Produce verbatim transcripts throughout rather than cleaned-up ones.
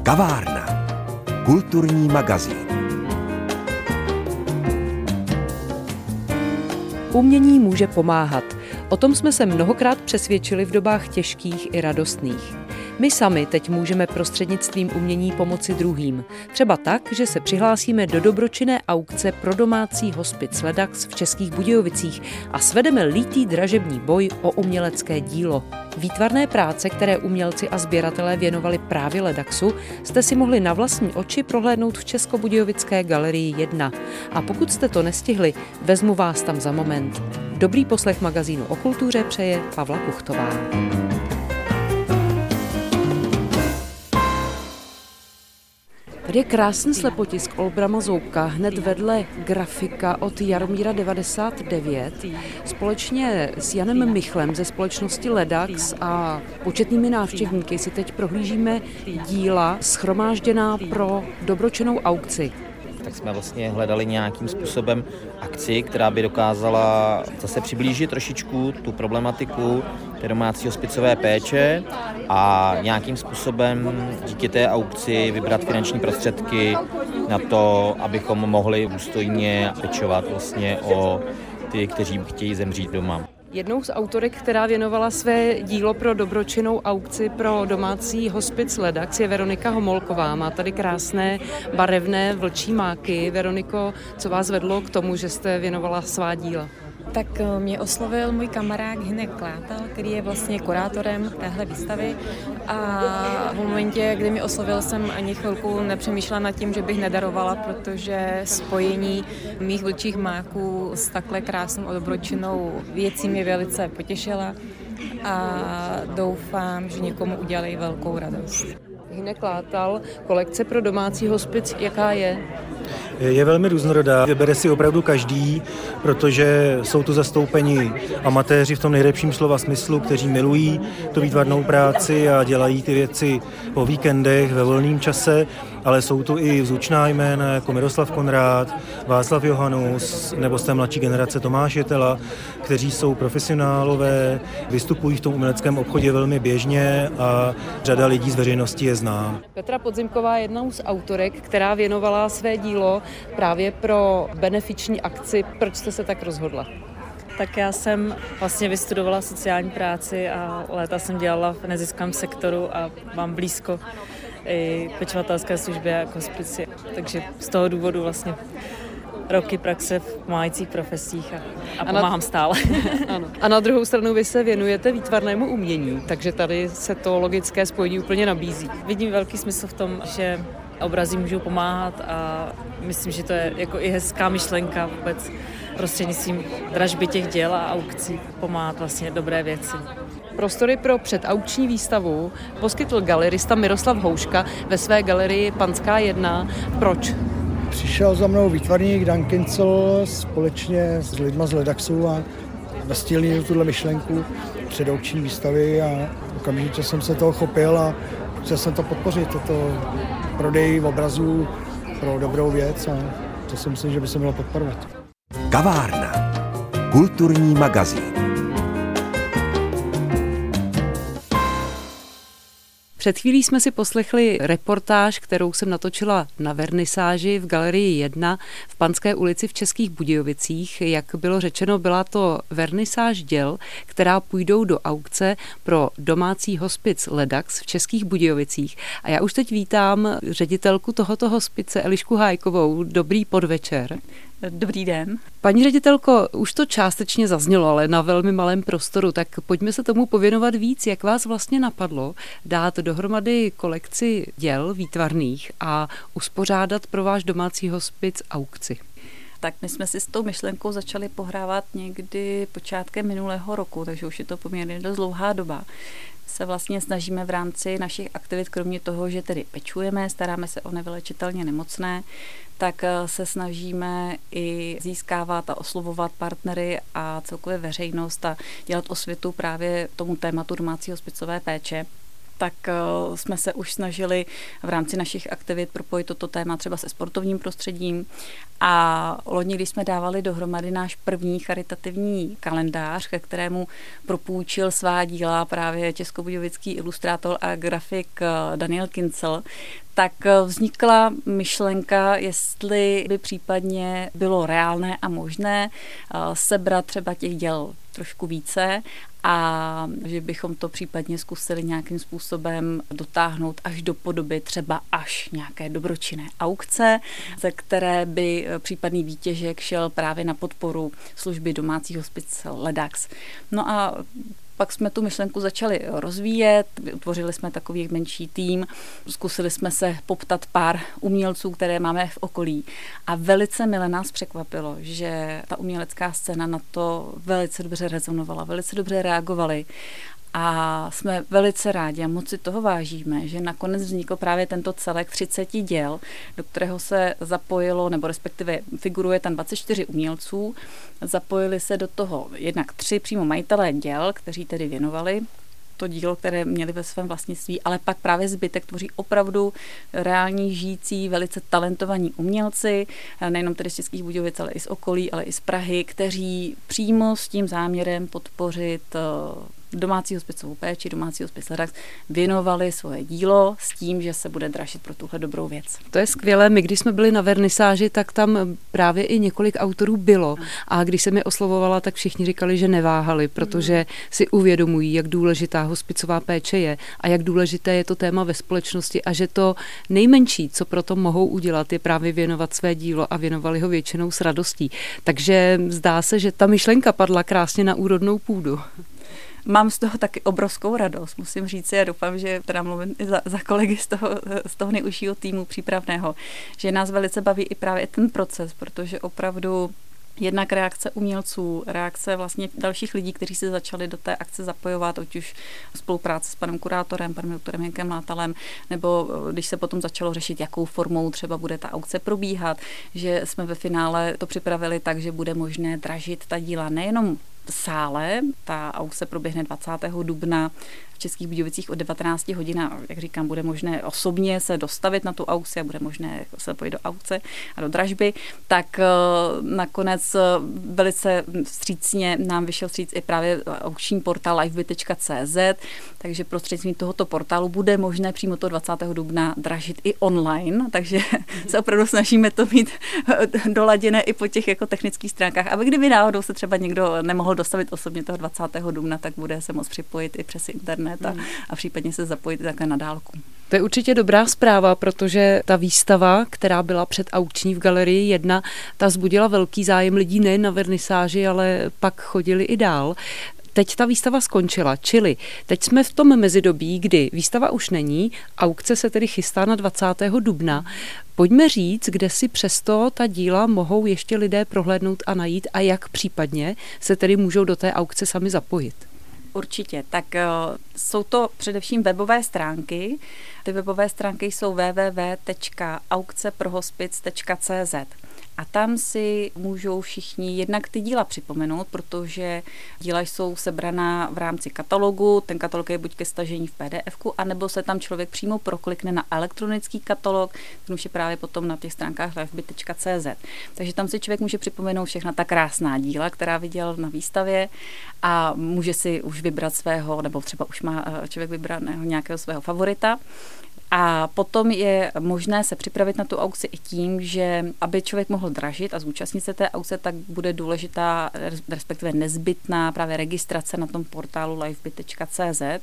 Kavárna. Kulturní magazín. Umění může pomáhat. O tom jsme se mnohokrát přesvědčili v dobách těžkých i radostných. My sami teď můžeme prostřednictvím umění pomoci druhým. Třeba tak, že se přihlásíme do dobročinné aukce pro domácí hospic Ledax v Českých Budějovicích a svedeme lítý dražební boj o umělecké dílo. Výtvarné práce, které umělci a sběratelé věnovali právě Ledaxu, jste si mohli na vlastní oči prohlédnout v Českobudějovické galerii jedna. A pokud jste to nestihli, vezmu vás tam za moment. Dobrý poslech magazínu o kultuře přeje Pavla Kuchtová. Tady je krásný slepotisk Olbrama Zoubka, hned vedle grafika od Jaromíra devadesát devět. Společně s Janem Michlem ze společnosti Ledax a početnými návštěvníky si teď prohlížíme díla shromážděná pro dobročinnou aukci. Tak jsme vlastně hledali nějakým způsobem akci, která by dokázala zase přiblížit trošičku tu problematiku té domácí hospicové péče a nějakým způsobem díky té aukci vybrat finanční prostředky na to, abychom mohli důstojně pečovat vlastně o ty, kteří chtějí zemřít doma. Jednou z autorek, která věnovala své dílo pro dobročinnou aukci pro domácí hospic Ledax, je Veronika Homolková. Má tady krásné barevné vlčí máky. Veroniko, co vás vedlo k tomu, že jste věnovala svá díla? Tak mě oslovil můj kamarád Hinek Klátal, který je vlastně kurátorem téhle výstavy, a v momentě, kdy mě oslovil, jsem ani chvilku nepřemýšlela nad tím, že bych nedarovala, protože spojení mých vlčích máků s takhle krásnou a dobročinnou věcí mě velice potěšila a doufám, že někomu udělají velkou radost. Hinek Klátal, kolekce pro domácí hospic, jaká je? Je velmi různorodá, vybere si opravdu každý, protože jsou tu zastoupeni amatéři v tom nejlepším slova smyslu, kteří milují tu výtvarnou práci a dělají ty věci po víkendech, ve volném čase, ale jsou tu i zvučná jména jako Miroslav Konrád, Václav Johanus nebo z té mladší generace Tomáš Jetela, kteří jsou profesionálové, vystupují v tom uměleckém obchodě velmi běžně a řada lidí z veřejnosti je zná. Petra Podzimková je jednou z autorek, která věnovala své dílo právě pro benefiční akci. Proč jste se tak rozhodla? Tak já jsem vlastně vystudovala sociální práci a léta jsem dělala v neziskovém sektoru a mám blízko i pečovatelské služby a hospici. Takže z toho důvodu vlastně roky praxe v pomáhajících profesích a, a pomáhám a na, stále. Ano. A na druhou stranu vy se věnujete výtvarnému umění, takže tady se to logické spojení úplně nabízí. Vidím velký smysl v tom, že obrazy můžou pomáhat a myslím, že to je jako i hezká myšlenka vůbec prostřednictvím dražby těch děl a aukcí pomáhat vlastně dobré věci. Prostory pro předaukční výstavu poskytl galerista Miroslav Houška ve své galerii Panská jedna. Proč? Přišel za mnou výtvarník Dan Kincel společně s lidma z Ledaxu a nastínil tuhle myšlenku předaukční výstavy a okamžitě jsem se toho chopil a chtěl jsem to podpořit. Je to prodej obrazů pro dobrou věc a to si myslím, že by se mělo podporovat. Kavárna. Kulturní magazín. Před chvílí jsme si poslechli reportáž, kterou jsem natočila na vernisáži v galerii jedna v Panské ulici v Českých Budějovicích. Jak bylo řečeno, byla to vernisáž děl, která půjdou do aukce pro domácí hospic Ledax v Českých Budějovicích. A já už teď vítám ředitelku tohoto hospice Elišku Hájkovou. Dobrý podvečer. Dobrý den. Paní ředitelko, už to částečně zaznělo, ale na velmi malém prostoru, tak pojďme se tomu pověnovat víc. Jak vás vlastně napadlo dát dohromady kolekci děl výtvarných a uspořádat pro váš domácí hospic aukci? Tak my jsme si s tou myšlenkou začali pohrávat někdy počátkem minulého roku, takže už je to poměrně dost dlouhá doba. Se vlastně snažíme v rámci našich aktivit, kromě toho, že tedy pečujeme, staráme se o nevylečitelně nemocné, tak se snažíme i získávat a oslovovat partnery a celkově veřejnost a dělat osvětu právě tomu tématu domácí hospicové péče. Tak jsme se už snažili v rámci našich aktivit propojit toto téma třeba se sportovním prostředím a loni, když jsme dávali dohromady náš první charitativní kalendář, ke kterému propůjčil svá díla právě českobudějovický ilustrátor a grafik Daniel Kincel, tak vznikla myšlenka, jestli by případně bylo reálné a možné sebrat třeba těch děl trošku více a že bychom to případně zkusili nějakým způsobem dotáhnout až do podoby třeba až nějaké dobročinné aukce, ze které by případný výtěžek šel právě na podporu služby domácí hospic Ledax. No a pak jsme tu myšlenku začali rozvíjet, utvořili jsme takový menší tým, zkusili jsme se poptat pár umělců, které máme v okolí a velice mile nás překvapilo, že ta umělecká scéna na to velice dobře rezonovala, velice dobře reagovali. A jsme velice rádi a moc si toho vážíme, že nakonec vznikl právě tento celek třicet děl, do kterého se zapojilo, nebo respektive figuruje tam dvacet čtyři umělců. Zapojili se do toho jednak tři přímo majitelé děl, kteří tedy věnovali to dílo, které měli ve svém vlastnictví, ale pak právě zbytek tvoří opravdu reální žijící, velice talentovaní umělci, nejenom tedy z Českých Budějovic, ale i z okolí, ale i z Prahy, kteří přímo s tím záměrem podpořit domácí hospicovou péči, domácí hospic Ledax věnovali svoje dílo s tím, že se bude dražit pro tuhle dobrou věc. To je skvělé. My, když jsme byli na vernisáži, tak tam právě i několik autorů bylo. A když jsem je oslovovala, tak všichni říkali, že neváhali, protože si uvědomují, jak důležitá hospicová péče je a jak důležité je to téma ve společnosti a že to nejmenší, co pro to mohou udělat, je právě věnovat své dílo a věnovali ho většinou s radostí. Takže zdá se, že ta myšlenka padla krásně na úrodnou půdu. Mám z toho taky obrovskou radost, musím říct, a doufám, že teda mluvím i za, za kolegy z toho, z toho nejužšího týmu přípravného, že nás velice baví i právě ten proces, protože opravdu jednak reakce umělců, reakce vlastně dalších lidí, kteří se začali do té akce zapojovat, ať už spolupráce s panem kurátorem, panem doktorem Jankem Látalem, nebo když se potom začalo řešit, jakou formou třeba bude ta aukce probíhat, že jsme ve finále to připravili tak, že bude možné dražit ta díla nejenom v sále, ta aukce proběhne dvacátého dubna v Českých Budějovicích od devatenácti hodin a jak říkám, bude možné osobně se dostavit na tu aukci a bude možné se pojít do aukce a do dražby, tak nakonec velice vstřícně nám vyšel vstříc i právě aukční portál liveby tečka cé zet, takže prostřednictvím tohoto portálu bude možné přímo to dvacátého dubna dražit i online, takže se opravdu snažíme to mít doladěné i po těch jako technických stránkách, aby kdyby náhodou se třeba někdo nemohl dostavit osobně toho dvacátého dubna, tak bude se moct připojit i přes internet a, a případně se zapojit takhle na dálku. To je určitě dobrá zpráva, protože ta výstava, která byla před aukční v galerii jedna, ta vzbudila velký zájem lidí nejen na vernisáži, ale pak chodili i dál. Teď ta výstava skončila, čili teď jsme v tom mezidobí, kdy výstava už není, aukce se tedy chystá na dvacátého dubna. Pojďme říct, kde si přesto ta díla mohou ještě lidé prohlédnout a najít a jak případně se tedy můžou do té aukce sami zapojit. Určitě, tak uh, jsou to především webové stránky. Ty webové stránky jsou w w w tečka aukce pro hospic tečka cé zet. A tam si můžou všichni jednak ty díla připomenout, protože díla jsou sebraná v rámci katalogu, ten katalog je buď ke stažení v pé dé efku, anebo se tam člověk přímo proklikne na elektronický katalog, ten už je právě potom na těch stránkách liveby tečka cé zet. Takže tam si člověk může připomenout všechna ta krásná díla, která viděl na výstavě a může si už vybrat svého, nebo třeba už má člověk vybraného nějakého svého favorita. A potom je možné se připravit na tu aukci i tím, že aby člověk mohl dražit a zúčastnit se té aukce, tak bude důležitá, respektive nezbytná právě registrace na tom portálu liveby tečka cé zet.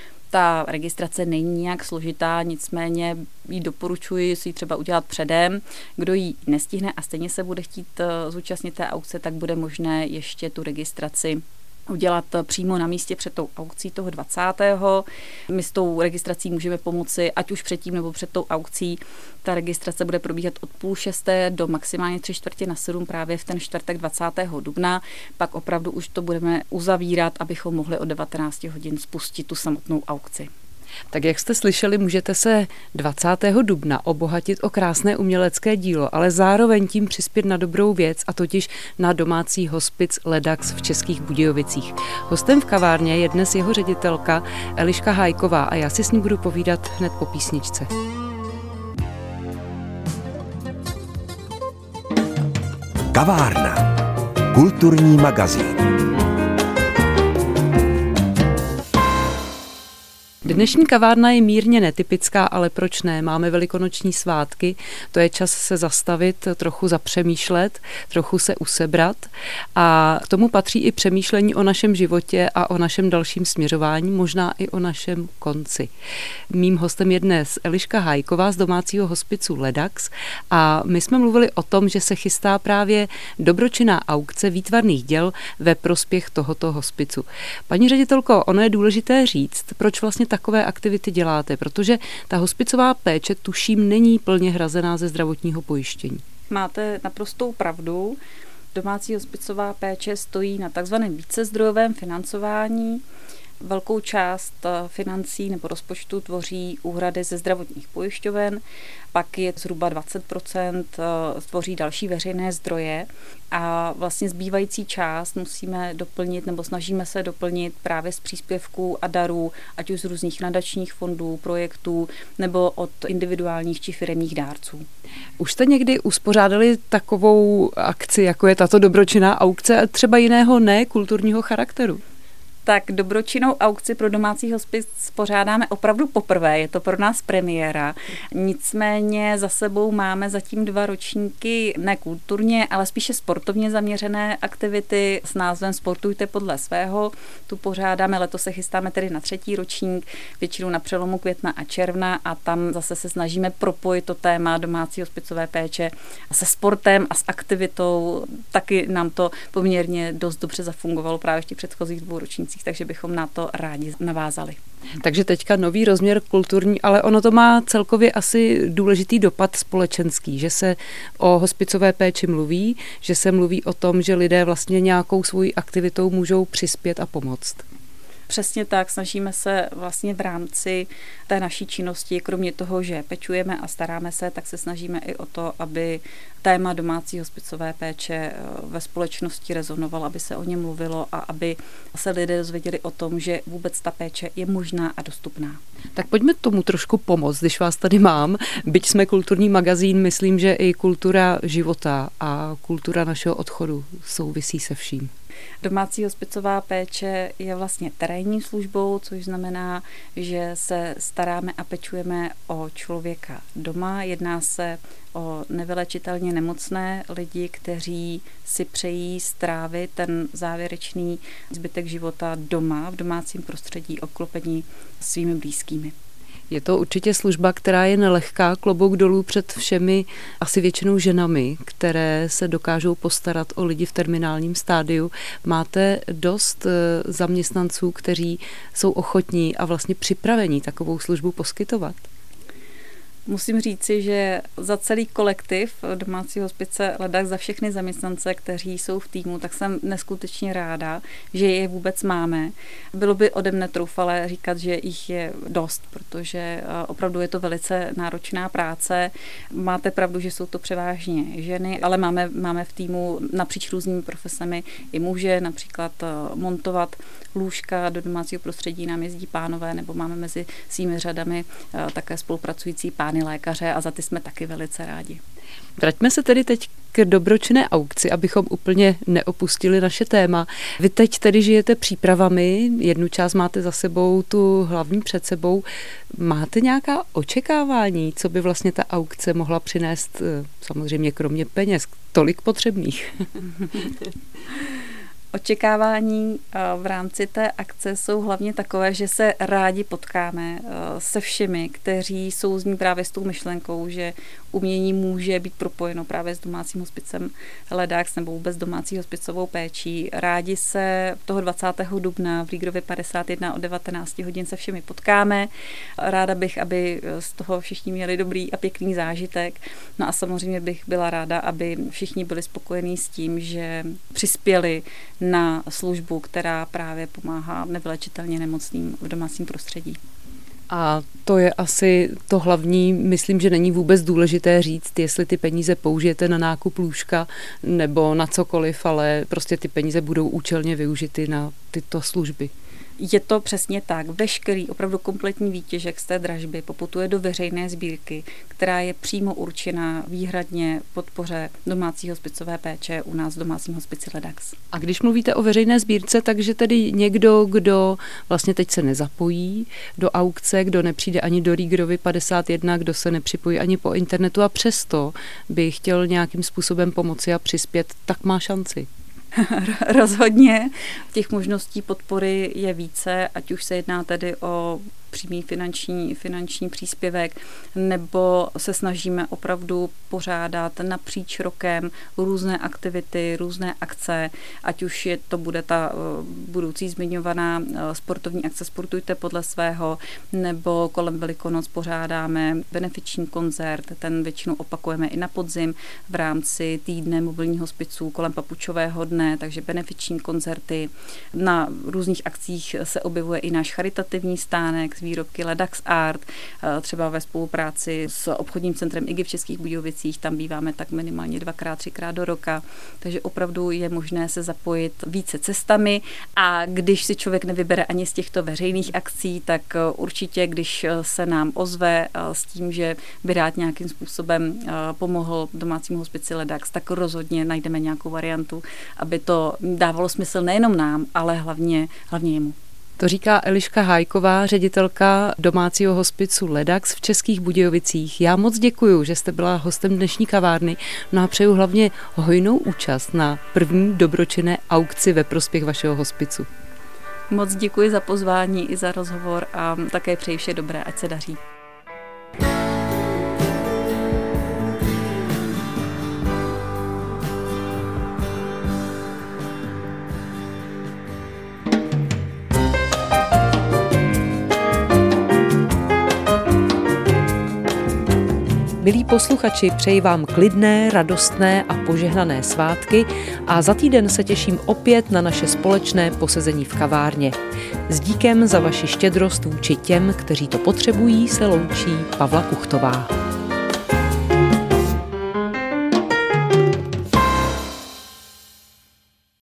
Ta registrace není nějak složitá, nicméně ji doporučuji si ji třeba udělat předem. Kdo ji nestihne a stejně se bude chtít zúčastnit té aukce, tak bude možné ještě tu registraci udělat přímo na místě před tou aukcí toho dvacátého My s tou registrací můžeme pomoci, ať už předtím nebo před tou aukcí. Ta registrace bude probíhat od půl šesté do maximálně tři čtvrtě na sedm právě v ten čtvrtek dvacátého dubna. Pak opravdu už to budeme uzavírat, abychom mohli od devatenácti hodin spustit tu samotnou aukci. Tak jak jste slyšeli, můžete se dvacátého dubna obohatit o krásné umělecké dílo, ale zároveň tím přispět na dobrou věc, a totiž na domácí hospic Ledax v Českých Budějovicích. Hostem v kavárně je dnes jeho ředitelka Eliška Hájková a já si s ní budu povídat hned po písničce. Kavárna. Kulturní magazín. Dnešní kavárna je mírně netypická, ale proč ne? Máme velikonoční svátky, to je čas se zastavit, trochu zapřemýšlet, trochu se usebrat a k tomu patří i přemýšlení o našem životě a o našem dalším směřování, možná i o našem konci. Mým hostem je dnes Eliška Hájková z domácího hospicu Ledax a my jsme mluvili o tom, že se chystá právě dobročinná aukce výtvarných děl ve prospěch tohoto hospicu. Paní ředitelko, ono je důležité říct, proč vlastně takové aktivity děláte, protože ta hospicová péče, tuším, není plně hrazená ze zdravotního pojištění. Máte naprostou pravdu. Domácí hospicová péče stojí na takzvaném vícezdrojovém financování. Velkou část financí nebo rozpočtu tvoří úhrady ze zdravotních pojišťoven, pak je zhruba dvacet procent tvoří další veřejné zdroje a vlastně zbývající část musíme doplnit nebo snažíme se doplnit právě z příspěvků a darů, ať už z různých nadačních fondů, projektů nebo od individuálních či firemních dárců. Už jste někdy uspořádali takovou akci, jako je tato dobročinná aukce, třeba jiného ne kulturního charakteru? Tak dobročinnou aukci pro domácí hospic pořádáme opravdu poprvé, je to pro nás premiéra. Nicméně za sebou máme zatím dva ročníky ne kulturně, ale spíše sportovně zaměřené aktivity s názvem Sportujte podle svého. Tu pořádáme, letos se chystáme tedy na třetí ročník, většinou na přelomu května a června a tam zase se snažíme propojit to téma domácí hospicové péče se sportem a s aktivitou. Taky nám to poměrně dost dobře zafungovalo právě v těch předchozích dvou ročnících, takže bychom na to rádi navázali. Takže teďka nový rozměr kulturní, ale ono to má celkově asi důležitý dopad společenský, že se o hospicové péči mluví, že se mluví o tom, že lidé vlastně nějakou svojí aktivitou můžou přispět a pomoct. Přesně tak, snažíme se vlastně v rámci té naší činnosti, kromě toho, že pečujeme a staráme se, tak se snažíme i o to, aby téma domácí hospicové péče ve společnosti rezonovalo, aby se o něm mluvilo a aby se lidé dozvěděli o tom, že vůbec ta péče je možná a dostupná. Tak pojďme tomu trošku pomoct, když vás tady mám. Byť jsme kulturní magazín, myslím, že i kultura života a kultura našeho odchodu souvisí se vším. Domácí hospicová péče je vlastně terénní službou, což znamená, že se staráme a pečujeme o člověka doma. Jedná se o nevylečitelně nemocné lidi, kteří si přejí strávit ten závěrečný zbytek života doma, v domácím prostředí, obklopení svými blízkými. Je to určitě služba, která je nelehká, klobouk dolů před všemi, asi většinou ženami, které se dokážou postarat o lidi v terminálním stádiu. Máte dost zaměstnanců, kteří jsou ochotní a vlastně připravení takovou službu poskytovat? Musím říci, že za celý kolektiv domácí hospice Ledax, za všechny zaměstnance, kteří jsou v týmu, tak jsem neskutečně ráda, že je vůbec máme. Bylo by ode mne troufalé říkat, že jich je dost, protože opravdu je to velice náročná práce. Máte pravdu, že jsou to převážně ženy, ale máme, máme v týmu napříč různými profesemi i muže, například montovat lůžka do domácího prostředí nám jezdí pánové, nebo máme mezi svými řadami také spolupracující pány lékaře a za ty jsme taky velice rádi. Vraťme se tedy teď k dobročinné aukci, abychom úplně neopustili naše téma. Vy teď tedy žijete přípravami, jednu část máte za sebou, tu hlavní před sebou. Máte nějaká očekávání, co by vlastně ta aukce mohla přinést, samozřejmě kromě peněz, tolik potřebných? Očekávání v rámci té akce jsou hlavně takové, že se rádi potkáme se všemi, kteří jsou z ní právě s tou myšlenkou, že umění může být propojeno právě s domácím hospicem Ledax nebo vůbec domácí hospicovou péčí. Rádi se toho dvacátého dubna v Lígrově padesát jedna od devatenácti hodin se všemi potkáme. Ráda bych, aby z toho všichni měli dobrý a pěkný zážitek. No a samozřejmě bych byla ráda, aby všichni byli spokojení s tím, že přispěli na službu, která právě pomáhá nevylečitelně nemocným v domácím prostředí. A to je asi to hlavní, myslím, že není vůbec důležité říct, jestli ty peníze použijete na nákup lůžka nebo na cokoliv, ale prostě ty peníze budou účelně využity na tyto služby. Je to přesně tak. Veškerý opravdu kompletní výtěžek z té dražby poputuje do veřejné sbírky, která je přímo určená výhradně podpoře domácí hospicové péče u nás v domácím hospici Ledax. A když mluvíte o veřejné sbírce, takže tedy někdo, kdo vlastně teď se nezapojí do aukce, kdo nepřijde ani do Riegerovy padesát jedna, kdo se nepřipojí ani po internetu a přesto by chtěl nějakým způsobem pomoci a přispět, tak má šanci. Rozhodně. Těch možností podpory je více, ať už se jedná tedy o přímý finanční, finanční příspěvek, nebo se snažíme opravdu pořádat napříč rokem různé aktivity, různé akce, ať už je to bude ta budoucí zmiňovaná sportovní akce Sportujte podle svého, nebo kolem Velikonoc pořádáme benefiční koncert, ten většinou opakujeme i na podzim v rámci týdne mobilních hospiců kolem Papučového dne, takže benefiční koncerty. Na různých akcích se objevuje i náš charitativní stánek, výrobky Ledax Art, třeba ve spolupráci s obchodním centrem I G I v Českých Budějovicích, tam býváme tak minimálně dvakrát, třikrát do roka, takže opravdu je možné se zapojit více cestami a když si člověk nevybere ani z těchto veřejných akcí, tak určitě, když se nám ozve s tím, že by rád nějakým způsobem pomohl domácímu hospici Ledax, tak rozhodně najdeme nějakou variantu, aby to dávalo smysl nejenom nám, ale hlavně, hlavně jemu. To říká Eliška Hájková, ředitelka domácího hospicu Ledax v Českých Budějovicích. Já moc děkuju, že jste byla hostem dnešní kavárny, no a přeju hlavně hojnou účast na první dobročinné aukci ve prospěch vašeho hospicu. Moc děkuji za pozvání i za rozhovor a také přeji vše dobré, ať se daří. Milí posluchači, přeji vám klidné, radostné a požehnané svátky a za týden se těším opět na naše společné posezení v kavárně. S díkem za vaši štědrost vůči těm, kteří to potřebují, se loučí Pavla Kuchtová.